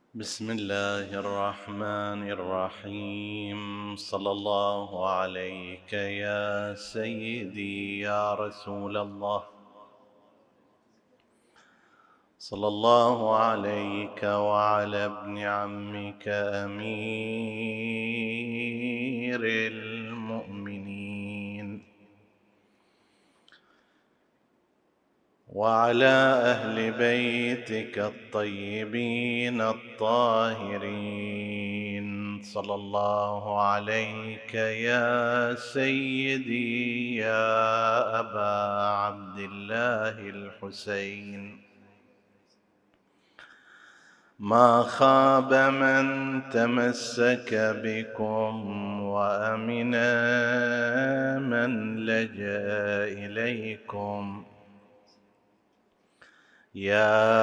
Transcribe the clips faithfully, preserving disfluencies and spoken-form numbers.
بسم الله الرحمن الرحيم. صلى الله عليك يا سيدي يا رسول الله، صلى الله عليك وعلى ابن عمك أمير المؤمنين وعلى أهل بيتك الطيبين الطاهرين. صلى الله عليك يا سيدي يا أبا عبد الله الحسين. ما خاب من تمسك بكم وأمن من لجأ إليكم. يا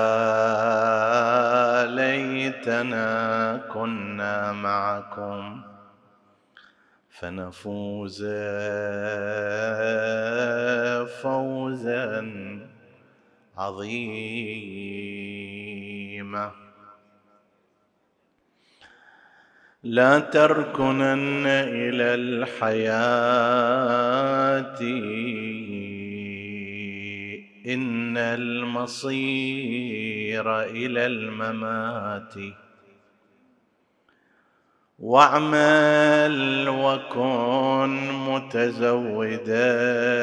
ليتنا كنا معكم فنفوز فوزا عظيما. لا تركنن إلى الحياة، إن المصير إلى الممات. واعمل وكن متزودا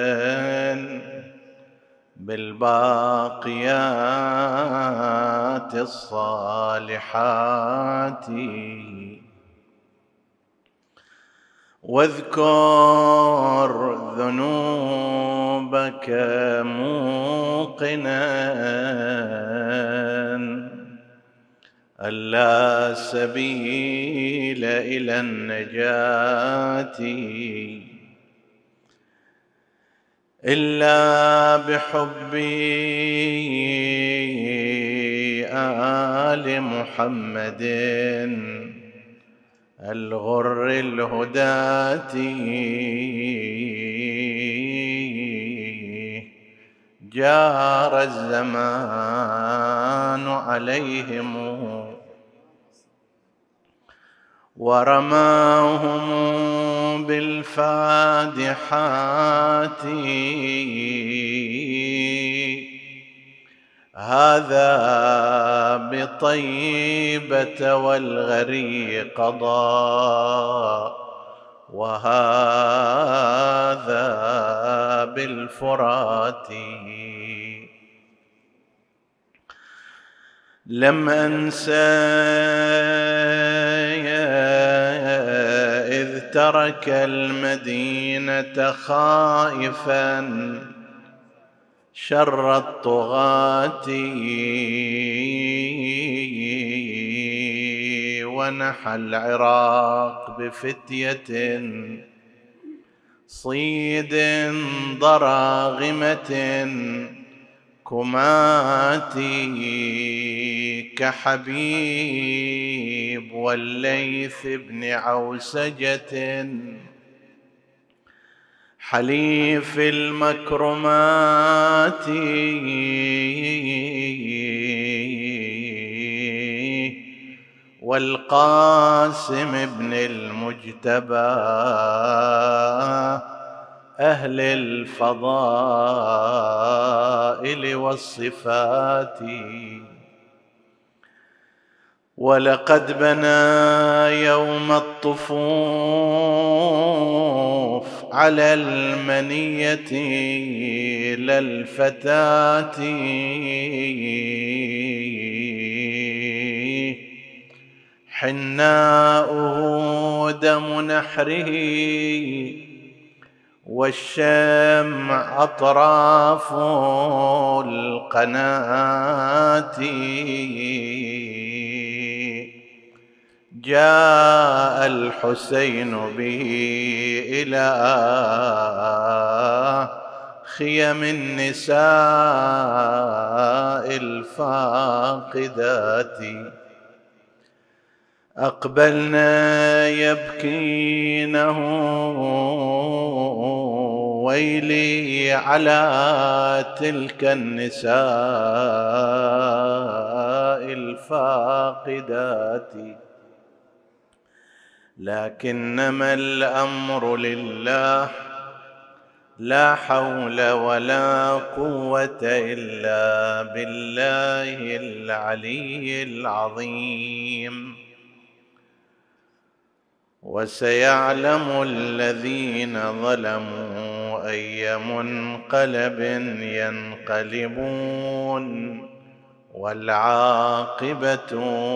بالباقيات الصالحات، واذكر ذنوبك موقنا ألا سبيل إلى النجاة إلا بحب آل محمد الغر الهداة. جار الزمان عليهم ورماهم بالفادحات. هذا بطيبة والغريق قضى، وهذا بالفرات. لم أنسى إذ ترك المدينة خائفا شر الطغاة، ونحى العراق بفتية صيد ضراغمة كماتي كحبيب والليث بن عوسجة حليف المكرمات. والقاسم بن المجتبى أهل الفضائل والصفات. ولقد بنى يوم الطفوف على المنية للفتاة حناؤه دم نحره والشمع أطراف القناة. جاء الحسين به إلى خيم النساء الفاقدات، أقبلنا يبكينه ويلي على تلك النساء الفاقدات، لكنما الأمر لله، لا حول ولا قوة إلا بالله العلي العظيم. وسيعلم الذين ظلموا أي منقلب ينقلبون، والعاقبة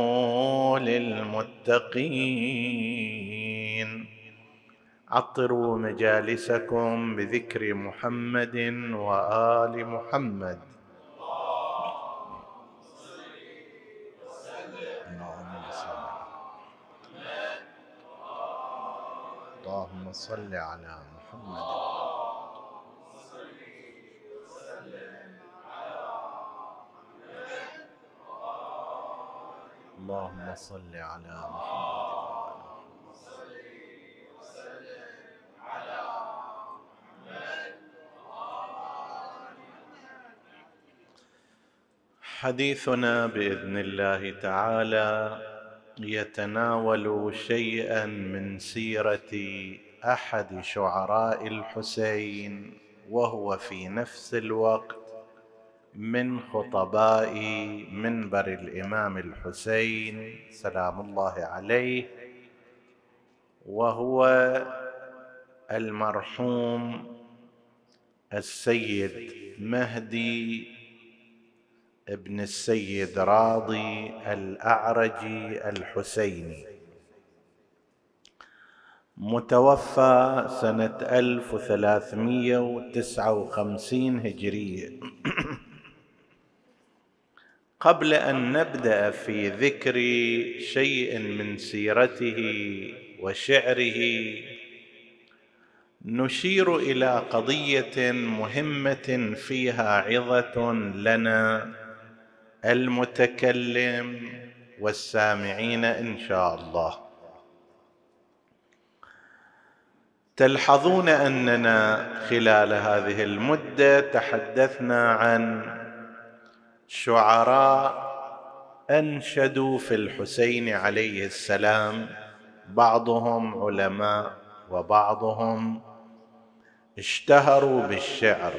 للمتقين. عطروا مجالسكم بذكر محمد وآل محمد. اللهم صل على محمد. اللهم صل على محمد. حديثنا بإذن الله تعالى يتناول شيئا من سيرة أحد شعراء الحسين، وهو في نفس الوقت من خطباء منبر الإمام الحسين سلام الله عليه، وهو المرحوم السيد مهدي ابن السيد راضي الأعرجي الحسيني، متوفى سنة ألف وثلاثمئة وتسعة وخمسين هجرية. قبل أن نبدأ في ذكر شيء من سيرته وشعره، نشير إلى قضية مهمة فيها عظة لنا المتكلم والسامعين إن شاء الله. تلحظون أننا خلال هذه المدة تحدثنا عن شعراء أنشدوا في الحسين عليه السلام، بعضهم علماء وبعضهم اشتهروا بالشعر.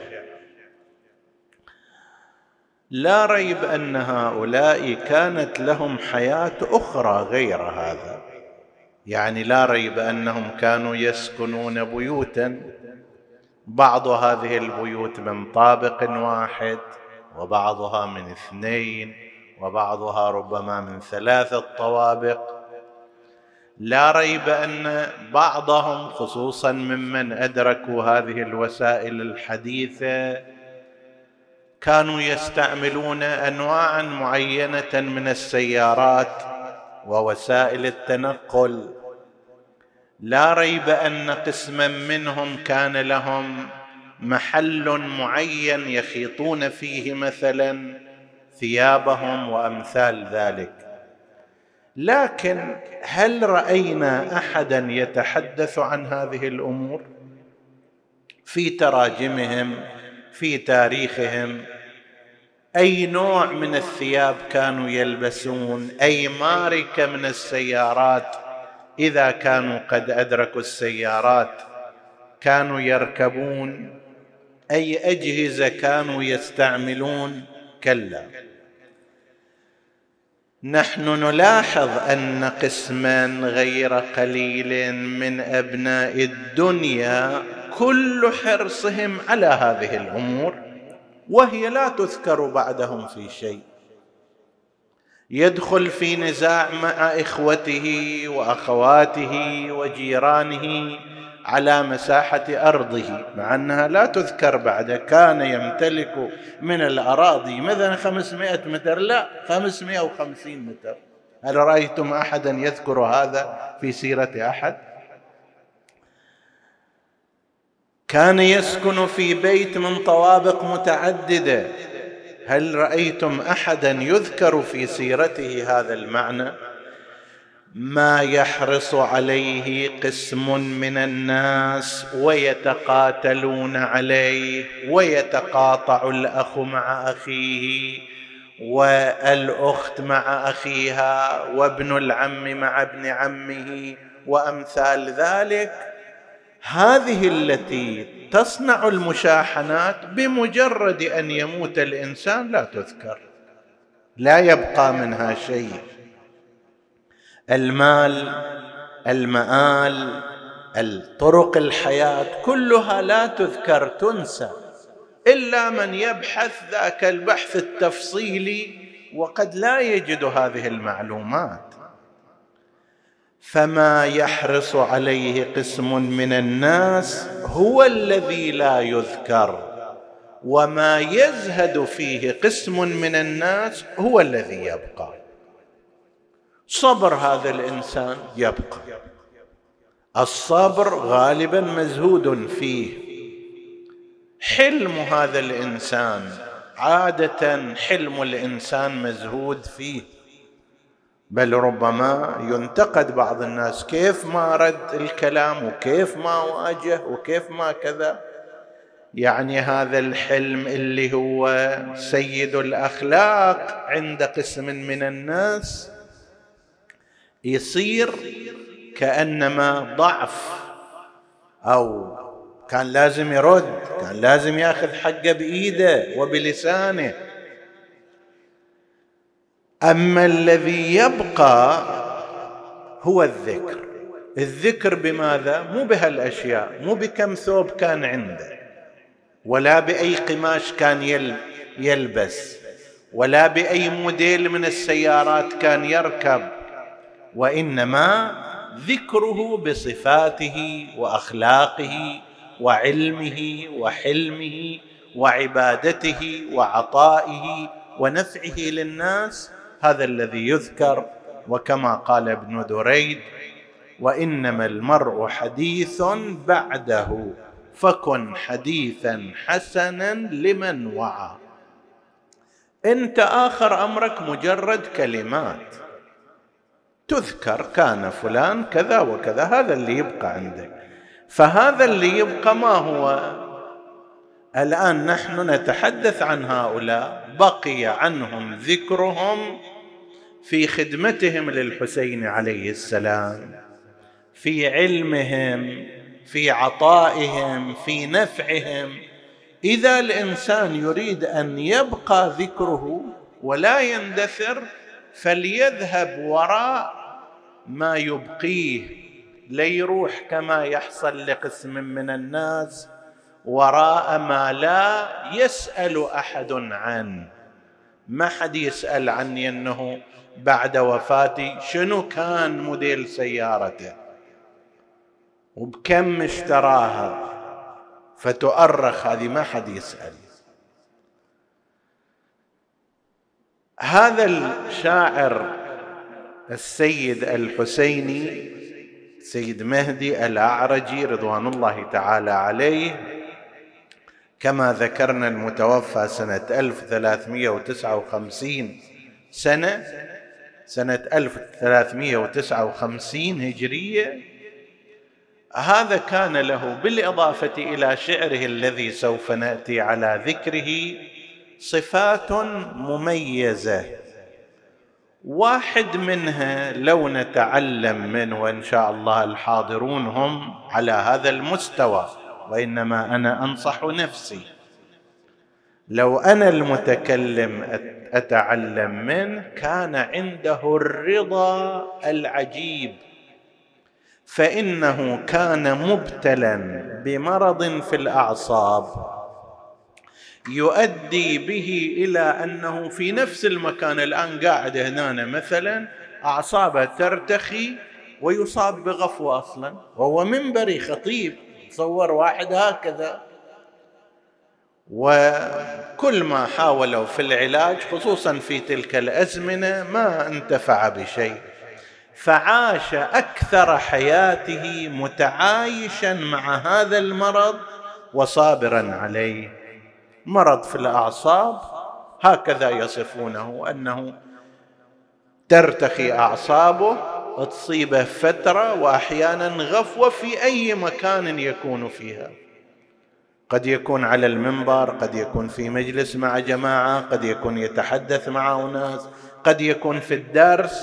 لا ريب أن هؤلاء كانت لهم حياة أخرى غير هذا، يعني لا ريب أنهم كانوا يسكنون بيوتا، بعض هذه البيوت من طابق واحد، وبعضها من اثنين، وبعضها ربما من ثلاثة طوابق. لا ريب أن بعضهم خصوصا ممن أدركوا هذه الوسائل الحديثة كانوا يستعملون أنواعا معينة من السيارات ووسائل التنقل. لا ريب أن قسما منهم كان لهم محل معين يخيطون فيه مثلا ثيابهم وأمثال ذلك. لكن هل رأينا أحدا يتحدث عن هذه الأمور في تراجمهم في تاريخهم؟ أي نوع من الثياب كانوا يلبسون؟ أي ماركة من السيارات إذا كانوا قد أدركوا السيارات كانوا يركبون؟ أي أجهزة كانوا يستعملون؟ كلا. نحن نلاحظ أن قسما غير قليل من أبناء الدنيا كل حرصهم على هذه الأمور، وهي لا تذكر بعدهم في شيء. يدخل في نزاع مع إخوته وأخواته وجيرانه على مساحة أرضه، مع أنها لا تذكر بعد. كان يمتلك من الأراضي مثلا خمسمائة متر، لا خمسمائة وخمسين متر. هل رأيتم أحدا يذكر هذا في سيرة أحد؟ كان يسكن في بيت من طوابق متعددة. هل رأيتم أحدا يذكر في سيرته هذا المعنى؟ ما يحرص عليه قسم من الناس ويتقاتلون عليه، ويتقاطع الأخ مع أخيه، والأخت مع أخيها، وابن العم مع ابن عمه، وأمثال ذلك. هذه التي تصنع المشاحنات بمجرد أن يموت الإنسان لا تذكر، لا يبقى منها شيء. المال، المآل، الطرق الحياة كلها لا تذكر، تنسى، إلا من يبحث ذاك البحث التفصيلي وقد لا يجد هذه المعلومات. فما يحرص عليه قسم من الناس هو الذي لا يذكر، وما يزهد فيه قسم من الناس هو الذي يبقى. صبر هذا الإنسان يبقى، الصبر غالبا مزهود فيه. حلم هذا الإنسان عادة حلم الإنسان مزهود فيه، بل ربما ينتقد بعض الناس كيف ما رد الكلام، وكيف ما واجه، وكيف ما كذا. يعني هذا الحلم اللي هو سيد الأخلاق عند قسم من الناس يصير كأنما ضعف، أو كان لازم يرد، كان لازم يأخذ حقه بإيده وبلسانه. أما الذي يبقى هو الذكر. الذكر بماذا؟ مو بهالأشياء، مو بكم ثوب كان عنده، ولا بأي قماش كان يلبس، ولا بأي موديل من السيارات كان يركب، وإنما ذكره بصفاته وأخلاقه وعلمه وحلمه وعبادته وعطائه ونفعه للناس، هذا الذي يذكر. وكما قال ابن دريد: وإنما المرء حديث بعده، فكن حديثا حسنا لمن وعى. انت آخر أمرك مجرد كلمات تذكر، كان فلان كذا وكذا، هذا اللي يبقى عندك. فهذا اللي يبقى ما هو؟ الآن نحن نتحدث عن هؤلاء بقي عنهم ذكرهم في خدمتهم للحسين عليه السلام، في علمهم، في عطائهم، في نفعهم. إذا الإنسان يريد أن يبقى ذكره ولا يندثر، فليذهب وراء ما يبقيه، ليروح كما يحصل لقسم من الناس وراء ما لا يسأل أحد عنه. ما حد يسأل عني أنه بعد وفاتي شنو كان موديل سيارته وبكم اشتراها فتؤرخ، هذه ما حد يسأل. هذا الشاعر السيد الحسيني سيد مهدي الأعرجي رضوان الله تعالى عليه، كما ذكرنا المتوفى سنة ألف وثلاثمئة وتسعة وخمسين سنة سنة ألف وثلاثمئة وتسعة وخمسين هجرية. هذا كان له بالإضافة إلى شعره الذي سوف نأتي على ذكره صفات مميزة، واحد منها لو نتعلم منه، وإن شاء الله الحاضرون هم على هذا المستوى، وإنما أنا أنصح نفسي، لو أنا المتكلم أتعلم منه، كان عنده الرضا العجيب. فإنه كان مبتلا بمرض في الأعصاب يؤدي به إلى أنه في نفس المكان الآن قاعد هنا مثلا أعصابه ترتخي ويصاب بغفوة أصلا، وهو منبري خطيب، تصور واحد هكذا. وكل ما حاولوا في العلاج خصوصا في تلك الأزمنة ما انتفع بشيء، فعاش أكثر حياته متعايشا مع هذا المرض وصابرا عليه. مرض في الأعصاب هكذا يصفونه، أنه ترتخي أعصابه تصيبه فترة وأحيانا غفوة في أي مكان يكون فيها، قد يكون على المنبر، قد يكون في مجلس مع جماعة، قد يكون يتحدث مع أناس، قد يكون في الدرس.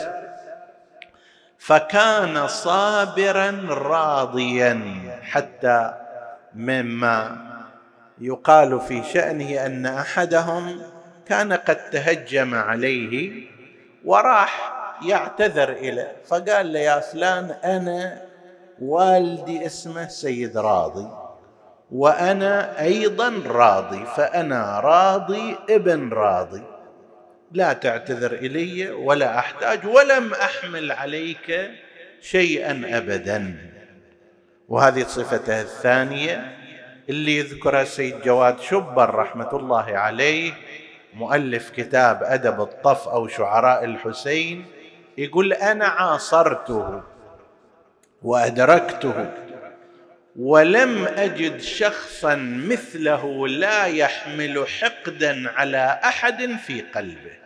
فكان صابرا راضيا، حتى مما يقال في شأنه أن أحدهم كان قد تهجم عليه وراح يعتذر إليه، فقال له يا فلان أنا والدي اسمه سيد راضي وأنا أيضا راضي، فأنا راضي ابن راضي، لا تعتذر إلي ولا أحتاج ولم أحمل عليك شيئا أبدا. وهذه صفته الثانية اللي يذكرها السيد جواد شبر رحمة الله عليه، مؤلف كتاب أدب الطف أو شعراء الحسين، يقول أنا عاصرته وأدركته ولم أجد شخصا مثله لا يحمل حقدا على أحد في قلبه،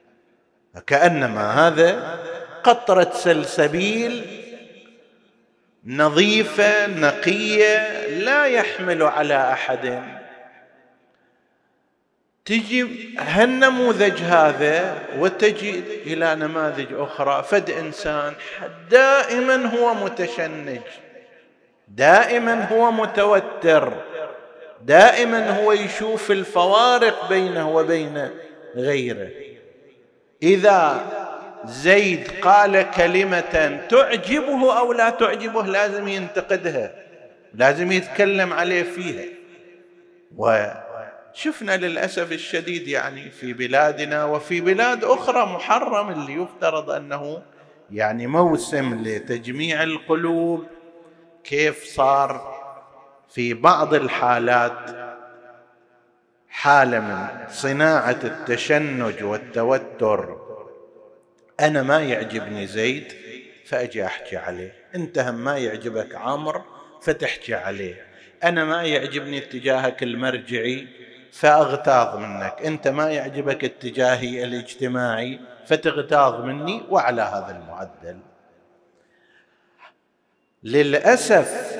كأنما هذا قطرة سلسبيل نظيفة نقية لا يحمل على أحد. تجي هالنموذج هذا وتجي إلى نماذج أخرى، فد إنسان دائما هو متشنج، دائما هو متوتر، دائما هو يشوف الفوارق بينه وبين غيره. إذا زيد قال كلمة تعجبه أو لا تعجبه لازم ينتقدها، لازم يتكلم عليه فيها. وشفنا للأسف الشديد يعني في بلادنا وفي بلاد أخرى محرم، اللي يفترض أنه يعني موسم لتجميع القلوب، كيف صار في بعض الحالات حالة من صناعة التشنج والتوتر. أنا ما يعجبني زيد فأجي أحكي عليه، أنت هم ما يعجبك عمرو فتحكي عليه، أنا ما يعجبني اتجاهك المرجعي فأغتاظ منك، أنت ما يعجبك اتجاهي الاجتماعي فتغتاظ مني، وعلى هذا المعدل. للأسف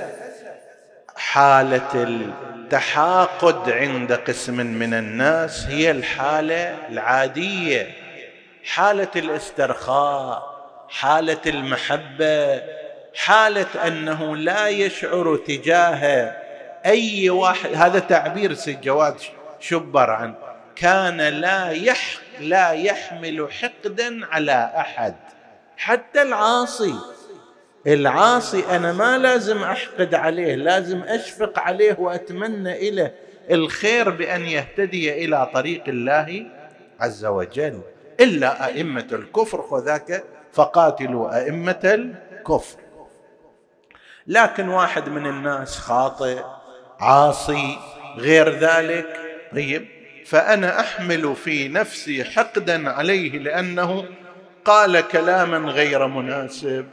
حالة التحاقد عند قسم من الناس هي الحالة العادية، حالة الاسترخاء، حالة المحبة، حالة أنه لا يشعر تجاه أي واحد. هذا تعبير سيد جواد شبر عنه، كان لا يح لا يحمل حقدا على أحد، حتى العاصي. العاصي أنا ما لازم أحقد عليه، لازم أشفق عليه وأتمنى إليه الخير بأن يهتدي إلى طريق الله عز وجل. إلا أئمة الكفر فذاك فقاتلوا أئمة الكفر. لكن واحد من الناس خاطئ عاصي غير ذلك، طيب فأنا أحمل في نفسي حقدا عليه لأنه قال كلاما غير مناسب،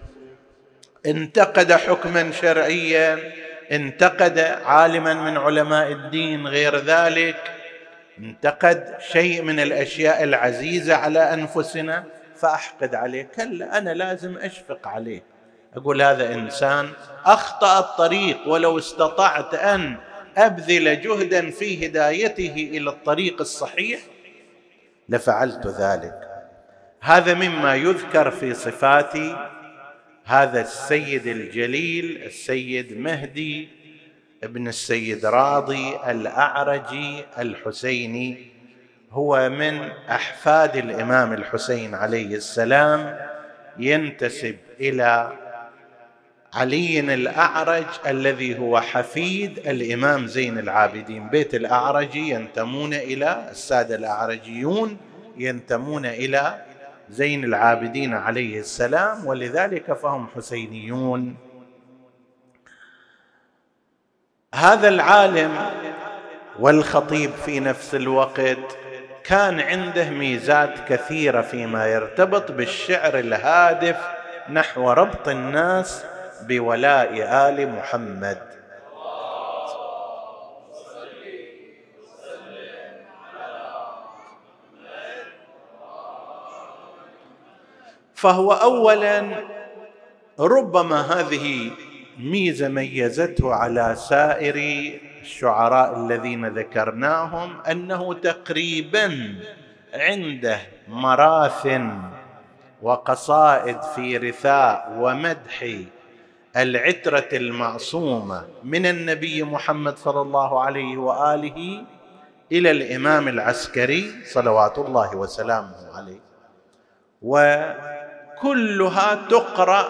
انتقد حكما شرعيا، انتقد عالما من علماء الدين غير ذلك، انتقد شيء من الأشياء العزيزة على أنفسنا فأحقد عليه. كلا، أنا لازم أشفق عليه، أقول هذا إنسان أخطأ الطريق، ولو استطعت أن أبذل جهدا في هدايته إلى الطريق الصحيح لفعلت ذلك. هذا مما يذكر في صفات هذا السيد الجليل السيد مهدي ابن السيد راضي الأعرجي الحسيني، هو من أحفاد الإمام الحسين عليه السلام، ينتسب إلى علي الأعرج الذي هو حفيد الإمام زين العابدين. بيت الأعرجي ينتمون إلى السادة الأعرجيون، ينتمون إلى زين العابدين عليه السلام، ولذلك فهم حسينيون. هذا العالم والخطيب في نفس الوقت كان عنده ميزات كثيرة فيما يرتبط بالشعر الهادف نحو ربط الناس بولاء آل محمد. فهو أولا ربما هذه ميزة ميزته على سائر الشعراء الذين ذكرناهم، أنه تقريبا عنده مراثن وقصائد في رثاء ومدح العترة المعصومة من النبي محمد صلى الله عليه وآله إلى الإمام العسكري صلوات الله وسلامه عليه، وكلها تقرأ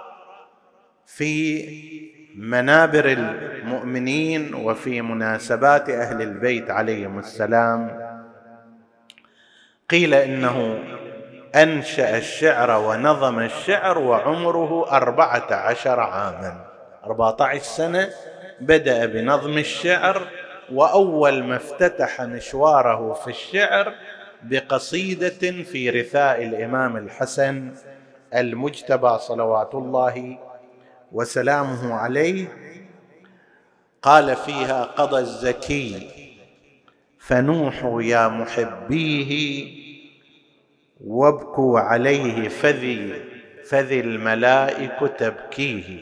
في منابر المؤمنين وفي مناسبات أهل البيت عليهم السلام. قيل إنه أنشأ الشعر ونظم الشعر وعمره أربعة عشر عاما، أربعة عشر سنة بدأ بنظم الشعر، وأول ما افتتح مشواره في الشعر بقصيدة في رثاء الإمام الحسن المجتبى صلوات الله وسلامه عليه، قال فيها: قضى الزكي فنوحوا يا محبيه، وابكوا عليه فذي فذي الملائك تبكيه.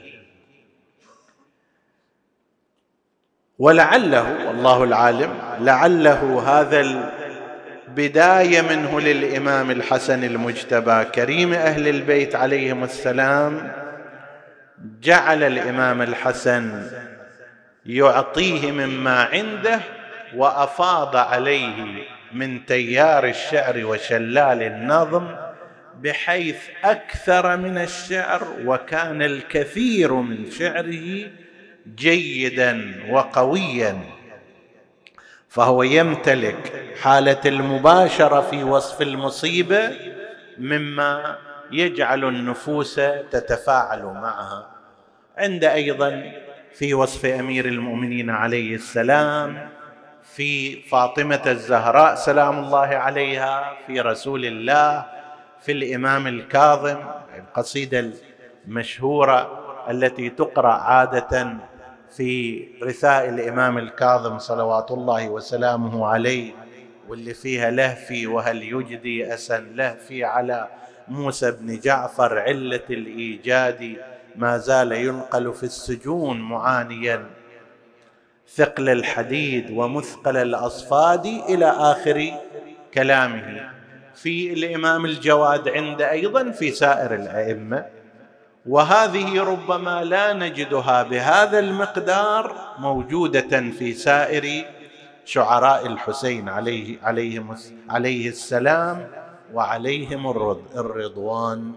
ولعله، والله العالم، لعله هذا البداية منه للإمام الحسن المجتبى كريم أهل البيت عليهم السلام جعل الإمام الحسن يعطيه مما عنده، وأفاض عليه من تيار الشعر وشلال النظم، بحيث أكثر من الشعر، وكان الكثير من شعره جيدا وقويا، فهو يمتلك حالة المباشرة في وصف المصيبة مما يجعل النفوس تتفاعل معها. عند أيضا في وصف أمير المؤمنين عليه السلام، في فاطمة الزهراء سلام الله عليها، في رسول الله، في الإمام الكاظم، القصيدة المشهورة التي تقرأ عادة في رثاء الإمام الكاظم صلوات الله وسلامه عليه، واللي فيها لهفي وهل يجدي أسا لهفي على موسى بن جعفر علة الإيجاد، ما زال ينقل في السجون معانيا ثقل الحديد ومثقل الأصفاد إلى آخر كلامه. في الإمام الجواد عند أيضا في سائر الأئمة، وهذه ربما لا نجدها بهذا المقدار موجودة في سائر شعراء الحسين عليه, عليه, عليه السلام وعليهم الرضوان.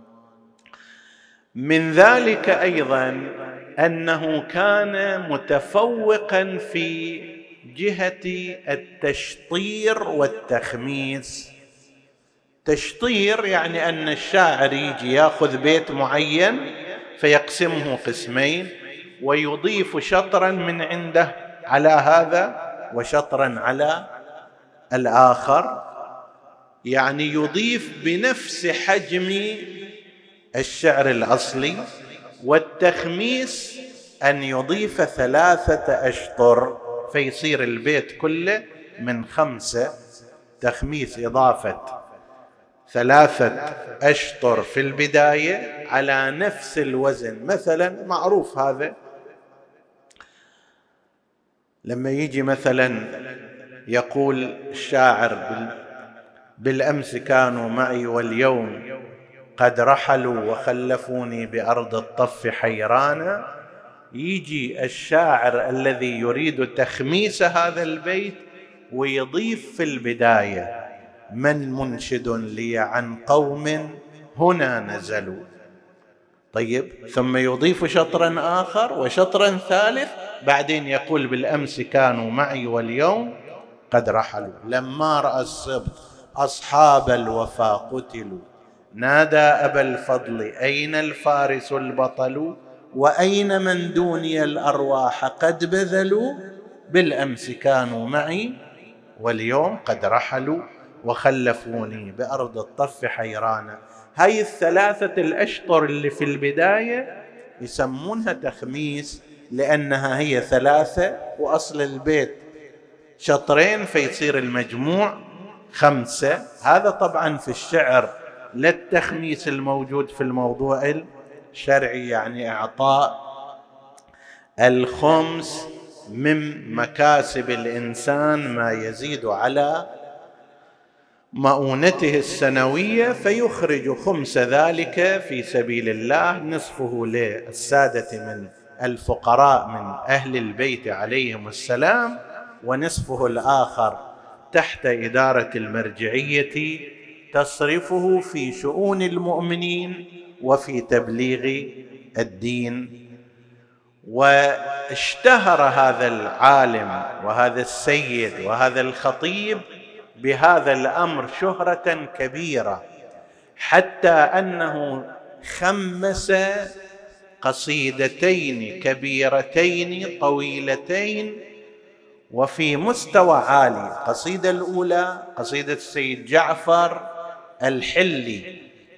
من ذلك أيضا أنه كان متفوقا في جهة التشطير والتخميس. تشطير يعني أن الشاعر يجي يأخذ بيت معين فيقسمه قسمين، ويضيف شطرا من عنده على هذا وشطرا على الآخر، يعني يضيف بنفس حجم الشعر الأصلي. والتخميس أن يضيف ثلاثة أشطر فيصير البيت كله من خمسة، تخميس إضافة ثلاثة أشطر في البداية على نفس الوزن. مثلا معروف هذا، لما يجي مثلا يقول الشاعر: بالأمس كانوا معي واليوم قد رحلوا وخلفوني بأرض الطف حيرانا، يجي الشاعر الذي يريد تخميس هذا البيت ويضيف في البداية: من منشد لي عن قوم هنا نزلوا. طيب، ثم يضيف شطرا آخر وشطرا ثالث، بعدين يقول: بالأمس كانوا معي واليوم قد رحلوا. لما رأى الصبط أصحاب الوفا قتلوا، نادى أبا الفضل أين الفارس البطل، وأين من دوني الأرواح قد بذلوا، بالأمس كانوا معي واليوم قد رحلوا وخلفوني بأرض الطف حيرانا. هاي الثلاثة الأشطر اللي في البداية يسمونها تخميس، لأنها هي ثلاثة وأصل البيت شطرين فيصير المجموع خمسة. هذا طبعا في الشعر لا التخميس الموجود في الموضوع شرعي يعني إعطاء الخمس من مكاسب الإنسان ما يزيد على مؤونته السنوية، فيخرج خمس ذلك في سبيل الله، نصفه للسادة من الفقراء من أهل البيت عليهم السلام، ونصفه الآخر تحت إدارة المرجعية تصرفه في شؤون المؤمنين وفي تبليغ الدين. واشتهر هذا العالم وهذا السيد وهذا الخطيب بهذا الأمر شهرة كبيرة، حتى أنه خمس قصيدتين كبيرتين طويلتين وفي مستوى عالي. القصيدة الأولى قصيدة السيد جعفر الحلي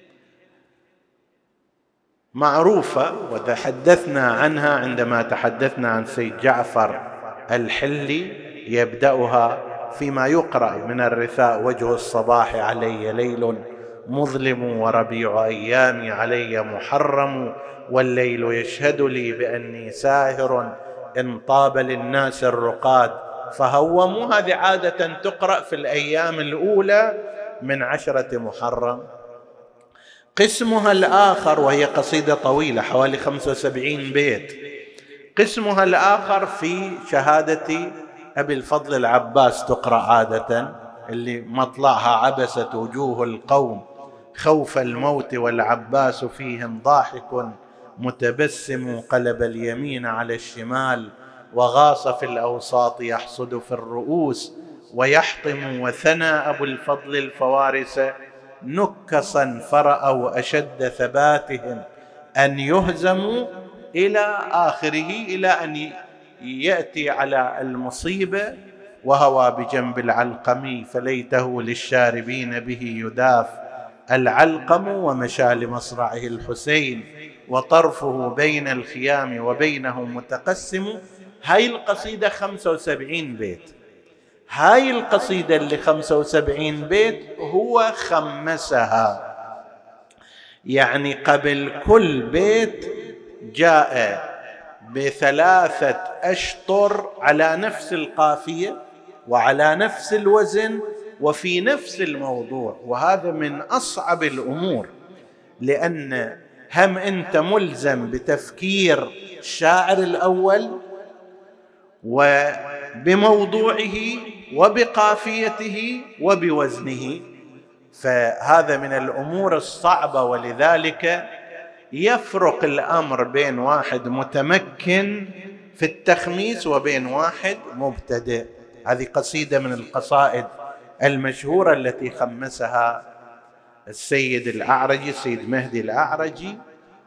معروفة، وتحدثنا عنها عندما تحدثنا عن سيد جعفر الحلي، يبدأها فيما يقرأ من الرثاء: وجه الصباح علي ليل مظلم، وربيع أيامي علي محرم، والليل يشهد لي بأني ساهر، إن طاب للناس الرقاد فهوموا. هذه عادة تقرأ في الأيام الأولى من عشرة محرم. قسمها الآخر، وهي قصيدة طويلة حوالي خمسة وسبعين بيت، قسمها الآخر في شهادة أبي الفضل العباس تقرأ عادة، اللي مطلعها: عبست وجوه القوم خوف الموت والعباس فيهم ضاحك، متبسم قلب اليمين على الشمال، وغاص في الأوساط يحصد في الرؤوس، ويحطم وثنى أبو الفضل الفوارس نكصا فرأوا أشد ثباتهم أن يهزموا، إلى آخره، إلى أن يأتي على المصيبة: وهوى بجنب العلقم فليته للشاربين به يداف العلقم، ومشى لمصرعه الحسين وطرفه بين الخيام وبينه متقسم. هاي القصيدة خمسة وسبعين بيت. هاي القصيدة اللي خمسة وسبعين بيت هو خمسها، يعني قبل كل بيت جاء بثلاثة أشطر على نفس القافية وعلى نفس الوزن وفي نفس الموضوع. وهذا من أصعب الأمور، لأن هم أنت ملزم بتفكير الشاعر الأول وبموضوعه وبقافيته وبوزنه، فهذا من الأمور الصعبة. ولذلك يفرق الأمر بين واحد متمكن في التخميس وبين واحد مبتدئ. هذه قصيدة من القصائد المشهورة التي خمسها السيد الأعرجي، السيد مهدي الأعرجي،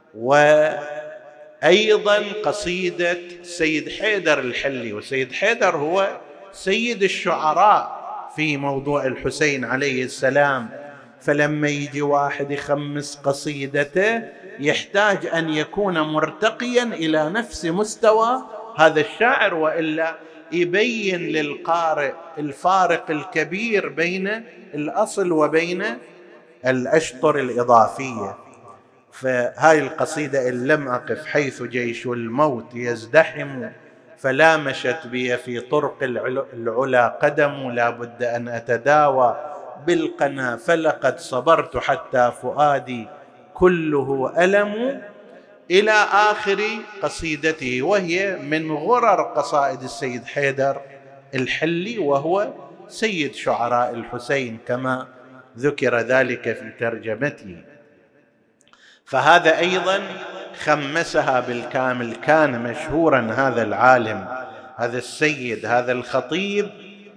وأيضا قصيدة السيد حيدر الحلي. والسيد حيدر هو سيد الشعراء في موضوع الحسين عليه السلام، فلما يجي واحد يخمس قصيدته يحتاج أن يكون مرتقيا إلى نفس مستوى هذا الشاعر، وإلا يبين للقارئ الفارق الكبير بين الأصل وبين الأشطر الإضافية. فهاي القصيدة: إن لم أقف حيث جيش الموت يزدحم، فلا مشت بي في طرق العلا قدم، لا بد أن أتداوى بالقنا، فلقد صبرت حتى فؤادي كله ألم، إلى آخر قصيدته. وهي من غرر قصائد السيد حيدر الحلي، وهو سيد شعراء الحسين كما ذكر ذلك في ترجمته. فهذا أيضا خمسها بالكامل. كان مشهورا هذا العالم، هذا السيد، هذا الخطيب،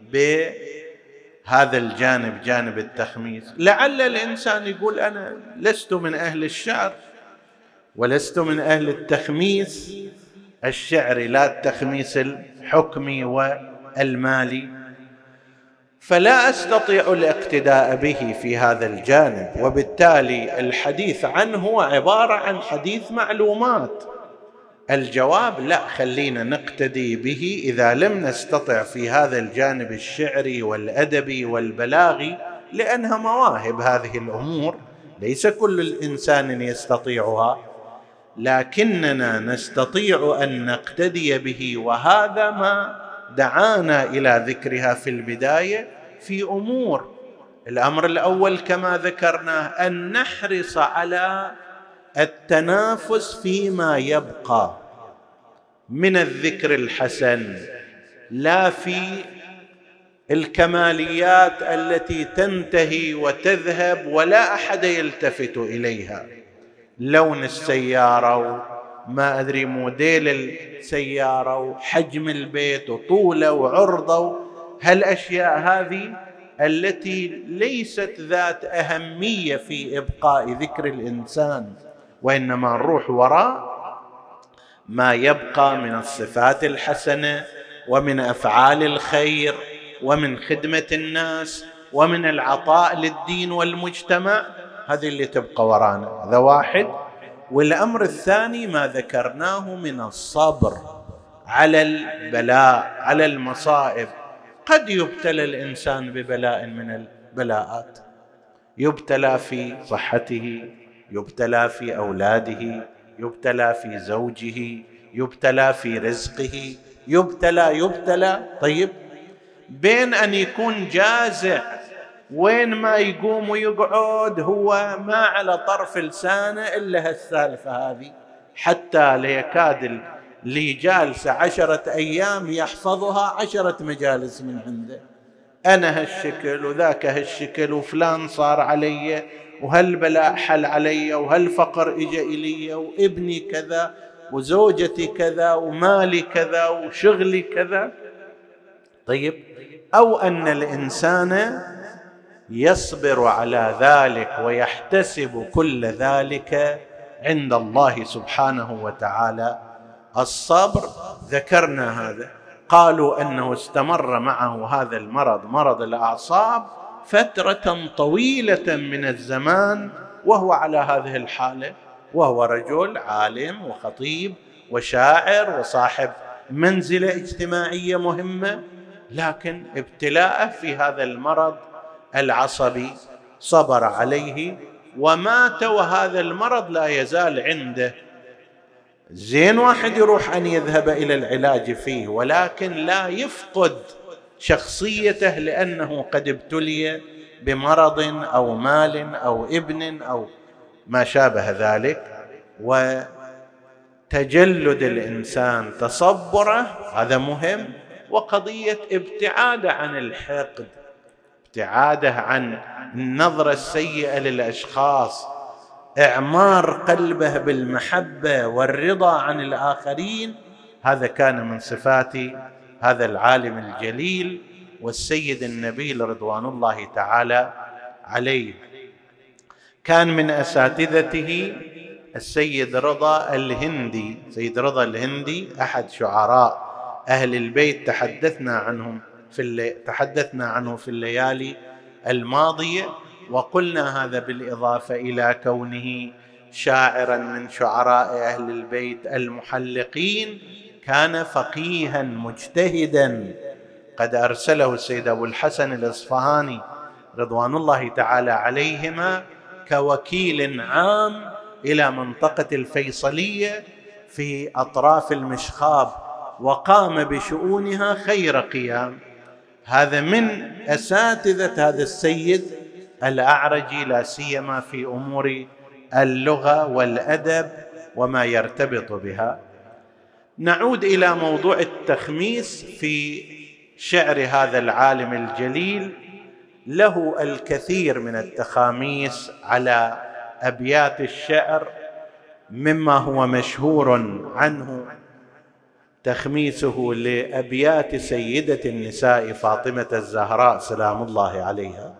بهذا الجانب، جانب التخميس. لعل الإنسان يقول: أنا لست من أهل الشعر ولست من أهل التخميس الشعري، لا التخميس الحكمي والمالي، فلا أستطيع الاقتداء به في هذا الجانب، وبالتالي الحديث عنه هو عبارة عن حديث معلومات. الجواب: لا، خلينا نقتدي به إذا لم نستطع في هذا الجانب الشعري والأدبي والبلاغي، لأنها مواهب. هذه الأمور ليس كل الإنسان يستطيعها، لكننا نستطيع أن نقتدي به، وهذا ما دعانا إلى ذكرها في البداية في أمور. الأمر الأول كما ذكرناه أن نحرص على التنافس فيما يبقى من الذكر الحسن، لا في الكماليات التي تنتهي وتذهب ولا أحد يلتفت إليها. لون السيارة وما أدري موديل السيارة وحجم البيت وطوله وعرضه، هالأشياء هذه التي ليست ذات أهمية في إبقاء ذكر الإنسان، وإنما نروح وراء ما يبقى من الصفات الحسنة ومن أفعال الخير ومن خدمة الناس ومن العطاء للدين والمجتمع. هذه اللي تبقى ورانا، هذا واحد. والأمر الثاني ما ذكرناه من الصبر على البلاء، على المصائب. قد يبتلى الإنسان ببلاء من البلاءات، يبتلى في صحته، يبتلى في أولاده، يبتلى في زوجه، يبتلى في رزقه، يبتلى يبتلى طيب، بين أن يكون جازع وين ما يقوم ويقعد هو ما على طرف لسانه إلا هالسالفة هذه، حتى ليكاد اللي جالس عشرة أيام يحفظها عشرة مجالس من عنده. أنا هالشكل وذاك هالشكل، وفلان صار علي، وهالبلاء حل علي، وهالفقر إجا إلي، وابني كذا، وزوجتي كذا، ومالي كذا، وشغلي كذا. طيب، أو أن الإنسان يصبر على ذلك ويحتسب كل ذلك عند الله سبحانه وتعالى. الصبر ذكرنا هذا، قالوا أنه استمر معه هذا المرض، مرض الأعصاب، فترة طويلة من الزمان وهو على هذه الحالة، وهو رجل عالم وخطيب وشاعر وصاحب منزلة اجتماعية مهمة، لكن ابتلاءه في هذا المرض العصبي صبر عليه ومات، وهذا المرض لا يزال عنده. زين واحد يروح أن يذهب إلى العلاج فيه، ولكن لا يفقد شخصيته لأنه قد ابتلي بمرض أو مال أو ابن أو ما شابه ذلك. وتجلد الإنسان، تصبره، هذا مهم. وقضية ابتعاده عن الحقد، ابتعاده عن النظرة السيئة للأشخاص، إعمار قلبه بالمحبة والرضا عن الآخرين، هذا كان من صفات هذا العالم الجليل والسيد النبيل رضوان الله تعالى عليه. كان من أساتذته السيد رضا الهندي. سيد رضا الهندي أحد شعراء أهل البيت، تحدثنا عنهم في اللي... تحدثنا عنه في الليالي الماضية، وقلنا هذا بالإضافة إلى كونه شاعرا من شعراء أهل البيت المحلقين، كان فقيها مجتهدا، قد أرسله السيد أبو الحسن الإصفهاني رضوان الله تعالى عليهما كوكيل عام إلى منطقة الفيصلية في أطراف المشخاب، وقام بشؤونها خير قيام. هذا من أساتذة هذا السيد الأعرجي، لا سيما في أمور اللغة والأدب وما يرتبط بها. نعود إلى موضوع التخميس في شعر هذا العالم الجليل. له الكثير من التخاميس على أبيات الشعر، مما هو مشهور عنه تخميسه لأبيات سيدة النساء فاطمة الزهراء سلام الله عليها.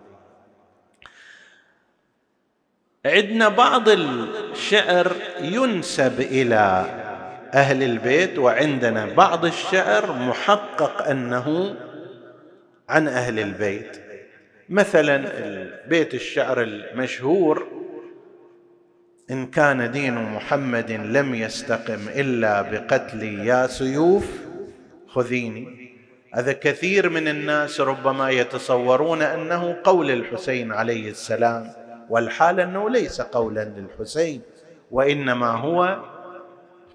عندنا بعض الشعر ينسب إلى أهل البيت، وعندنا بعض الشعر محقق أنه عن أهل البيت. مثلا بيت الشعر المشهور: إن كان دين محمد لم يستقم إلا بقتلي يا سيوف خذيني. هذا كثير من الناس ربما يتصورون أنه قول الحسين عليه السلام، والحال أنه ليس قولا للحسين، وإنما هو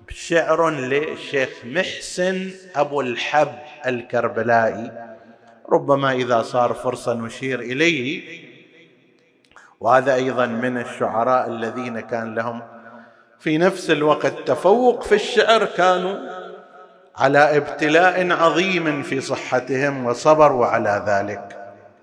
شعر للشيخ محسن أبو الحب الكربلائي، ربما إذا صار فرصة نشير إليه. وهذا أيضا من الشعراء الذين كان لهم في نفس الوقت تفوق في الشعر، كانوا على ابتلاء عظيم في صحتهم وصبروا على ذلك.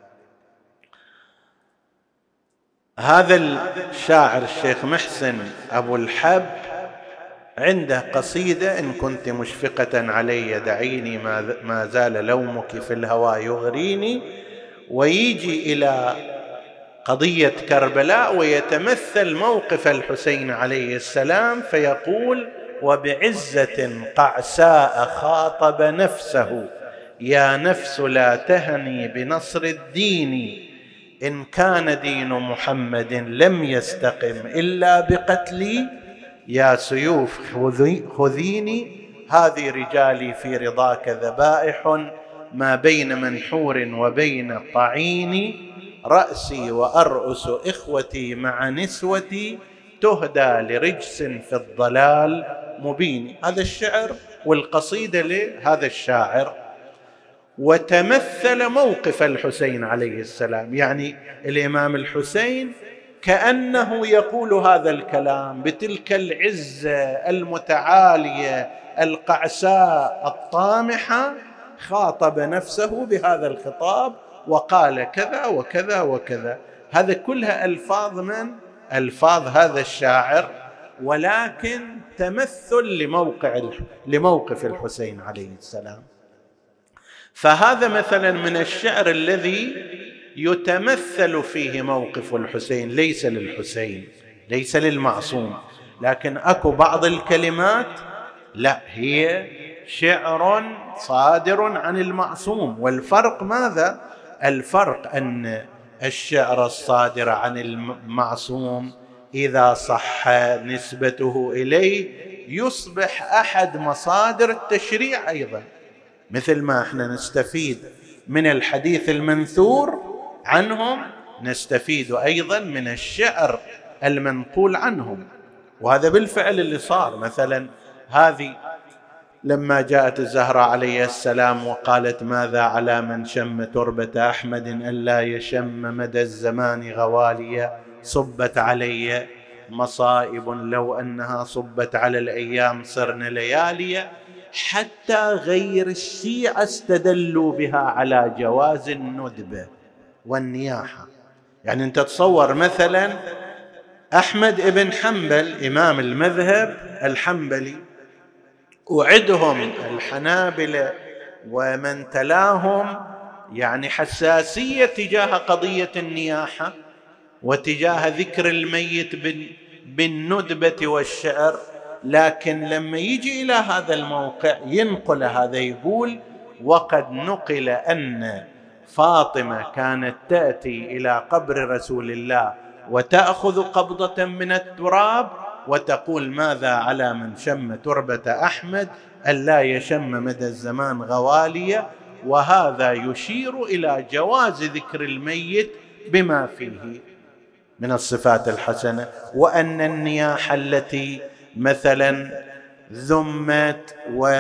هذا الشاعر الشيخ محسن أبو الحب عنده قصيدة: إن كنت مشفقة علي دعيني ما زال لومك في الهوى يغريني. ويجي إلى قضية كربلاء ويتمثل موقف الحسين عليه السلام فيقول: وبعزة قعساء خاطب نفسه يا نفس لا تهني بنصر الدين، إن كان دين محمد لم يستقم إلا بقتلي، يا سيوف خذيني، هذه رجالي في رضاك ذبائح، ما بين منحور وبين طعين، رأسي وأرأس إخوتي مع نسوتي، تهدى لرجس في الضلال مبين. هذا الشعر والقصيدة لهذا الشاعر. وتمثل موقف الحسين عليه السلام، يعني الإمام الحسين كأنه يقول هذا الكلام بتلك العزة المتعالية القعساء الطامحة، خاطب نفسه بهذا الخطاب وقال كذا وكذا وكذا. هذا كلها ألفاظ من ألفاظ هذا الشاعر، ولكن تمثل لموقع لموقف الحسين عليه السلام. فهذا مثلا من الشعر الذي يتمثل فيه موقف الحسين، ليس للحسين، ليس للمعصوم، لكن أكو بعض الكلمات لا، هي شعر صادر عن المعصوم. والفرق ماذا؟ الفرق أن الشعر الصادر عن المعصوم إذا صح نسبته إليه يصبح أحد مصادر التشريع أيضا، مثل ما احنا نستفيد من الحديث المنثور عنهم نستفيد أيضا من الشعر المنقول عنهم. وهذا بالفعل اللي صار. مثلا هذه لما جاءت الزهراء عليه السلام وقالت: ماذا على من شم تربة أحمد ألا يشم مدى الزمان غواليا، صبت علي مصائب لو أنها صبت على الأيام صرن لياليا، حتى غير الشيعة استدلوا بها على جواز الندبة والنياحة. يعني أنت تصور مثلا أحمد بن حنبل إمام المذهب الحنبلي، وعدهم الحنابلة ومن تلاهم يعني حساسية تجاه قضية النياحة وتجاه ذكر الميت بالندبة والشعر، لكن لما يجي إلى هذا الموقع ينقل هذا، يقول: وقد نقل أن فاطمة كانت تأتي إلى قبر رسول الله وتأخذ قبضة من التراب وتقول: ماذا على من شم تربة أحمد ألا يشم مدى الزمان غواليا. وهذا يشير إلى جواز ذكر الميت بما فيه من الصفات الحسنة، وأن النياحة التي مثلا ذمت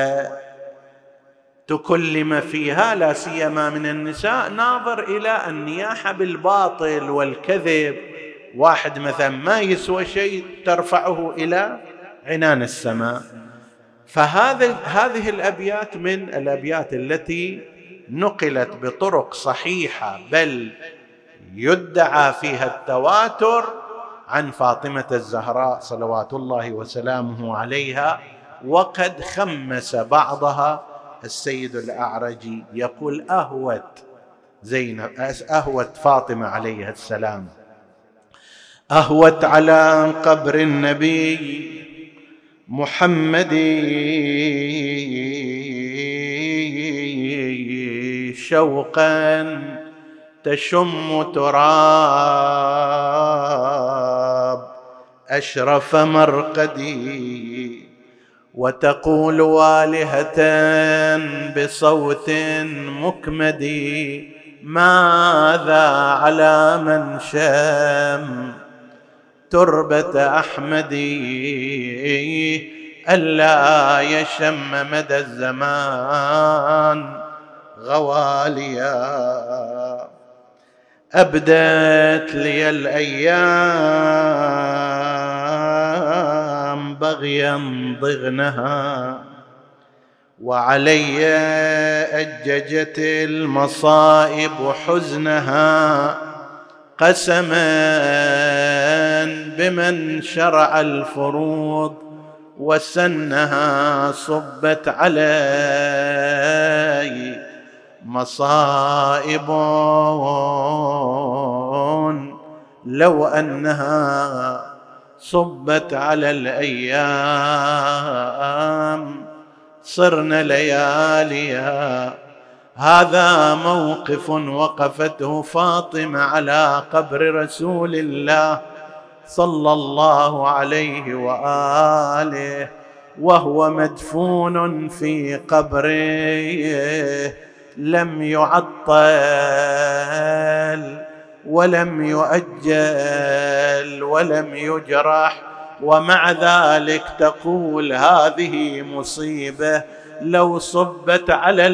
وتكلم فيها لا سيما من النساء، ناظر إلى النياحة بالباطل والكذب. واحد مثلا ما يسوى شيء ترفعه إلى عنان السماء. فهذا هذه الأبيات من الأبيات التي نقلت بطرق صحيحة، بل يدعى فيها التواتر عن فاطمة الزهراء صلوات الله وسلامه عليها. وقد خمس بعضها السيد الأعرجي يقول: أهوت زينب أهوت فاطمة عليها السلام، أهوت على قبر النبي محمد شوقا تشم تراب أشرف مرقدي، وتقول والهة بصوت مكمد: ماذا على من شم تربة أحمد ألا يشم مدى الزمان غواليا. أبدت لي الأيام بغيا ضغنها، وعلي أججت المصائب حزنها. قسما بمن شرع الفروض وسنها، صبت علي مصائب لو أنها صبت على الأيام صرنا لياليا. هذا موقف وقفته فاطمة على قبر رسول الله صلى الله عليه وآله وهو مدفون في قبره، لم يعطل ولم يؤجل ولم يجرح، ومع ذلك تقول هذه مصيبة لو صبت على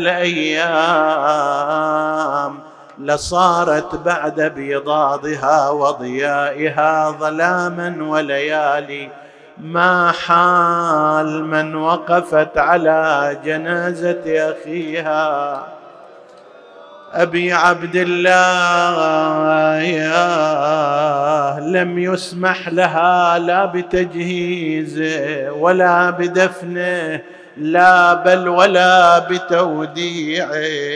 الأيام لصارت بعد بيضاضها وضيائها ظلاما وليالي. ما حال من وقفت على جنازة أخيها أبي عبد الله يا لم يسمح لها لا بتجهيزه ولا بدفنه، لا بل ولا بتوديعه.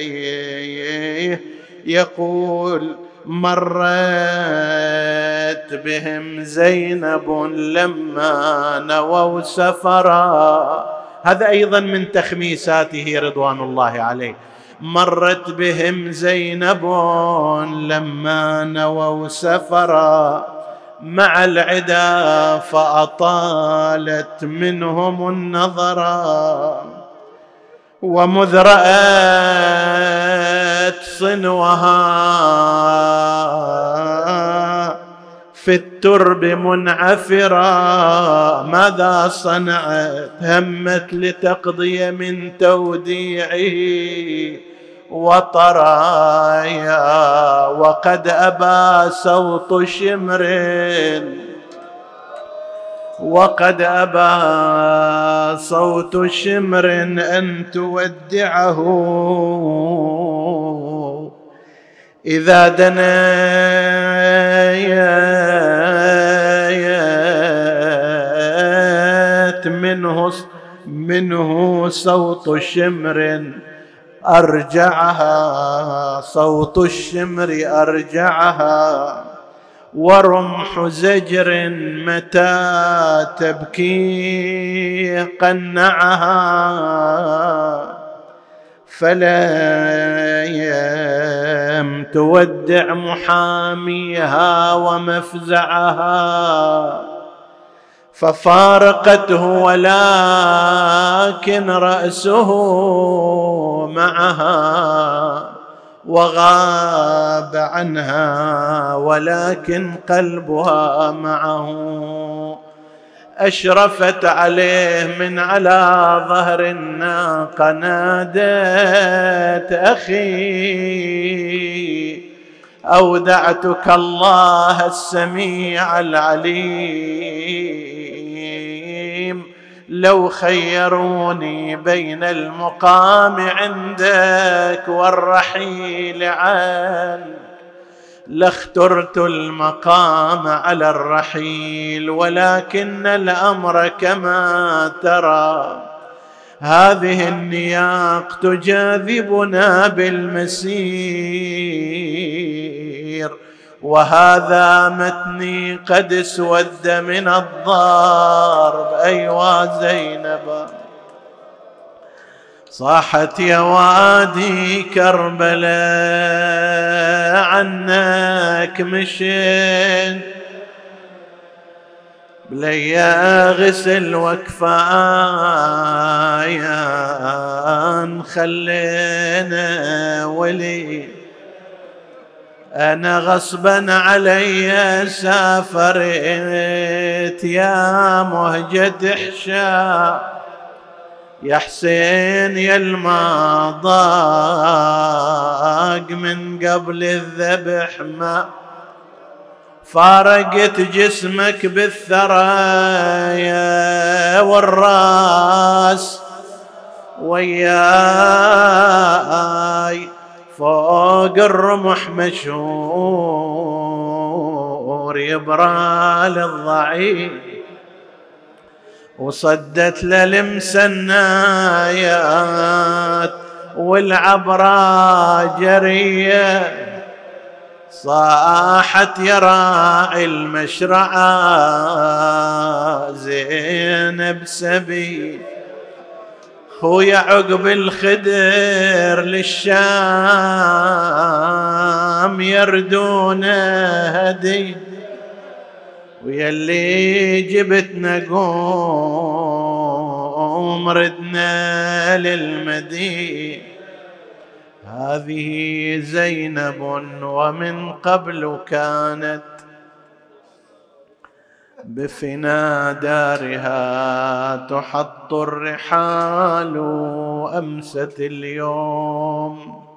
يقول مرت بهم زينب لما نووا سفرا، هذا أيضا من تخميساته رضوان الله عليه. مرت بهم زينب لما نووا سفرا مع العدا، فأطالت منهم النظرا. ومذ رأت صنوها في الترب منعفرا، ماذا صنعت؟ همت لتقضي من توديعه وطرايا، وقد أبى صوت شمر وقد أبى صوت شمر أن تودعه. إذا دنيت منه منه صوت شمر أرجعها، صوت الشمر أرجعها. ورمح زجر متى تبكي قنعها، فلا يم تودع محاميها ومفزعها. ففارقته ولكن رأسه معها، وغاب عنها ولكن قلبها معه. أشرفت عليه من على ظهر الناقة نادت أخي أودعتك الله السميع العليم، لو خيروني بين المقام عندك والرحيل عنك لاخترت المقام على الرحيل، ولكن الأمر كما ترى هذه النياق تجاذبنا بالمسير، وهذا متني قد اسود من الضرب. أيوا زينب صاحت يا وادي كربلاء عنك مشين بليا غسل وكفايا خلينا ولي أنا غصبا علي سافرت يا مهجة حشا، يا حسين يا المضاق من قبل الذبح ما فارقت جسمك بالثرايا والراس وياي فوق الرمح مشهور يبرال الضعيف، وصدت للمسنايات والعبرة جرية، صاحت يا راعي المشرعة زينب سبي، خويا عقب الخدر للشام يردون هدي، ويلي جبتنا قوم ردنا للمدينة. هذه زينب ومن قبل كانت بفنا دارها تحط الرحال، أمست اليوم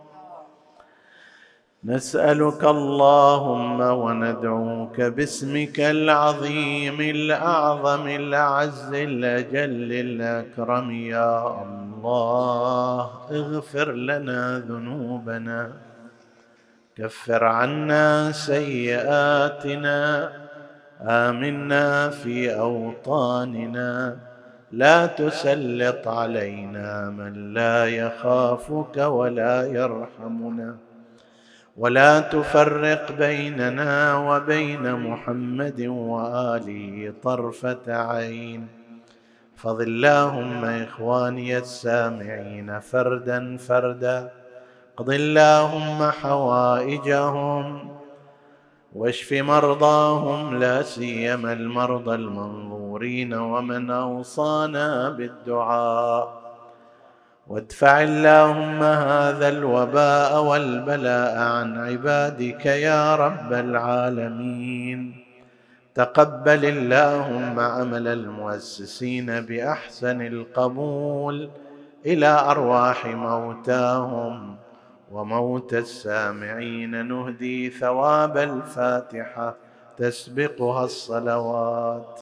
نسألك اللهم وندعوك باسمك العظيم الأعظم الأعز الأجل الأكرم يا الله، اغفر لنا ذنوبنا، كفر عنا سيئاتنا، آمنا في أوطاننا، لا تسلط علينا من لا يخافك ولا يرحمنا، ولا تفرق بيننا وبين محمد وآله طرفة عين. فضل اللهم إخواني السامعين فردا فردا، قض اللهم حوائجهم واشف مرضاهم، لا سيما المرضى المنظورين ومن أوصانا بالدعاء، وادفع اللهم هذا الوباء والبلاء عن عبادك يا رب العالمين. تقبل اللهم عمل المؤسسين بأحسن القبول إلى أرواح موتاهم وموتى السامعين، نهدي ثواب الفاتحة تسبقها الصلوات.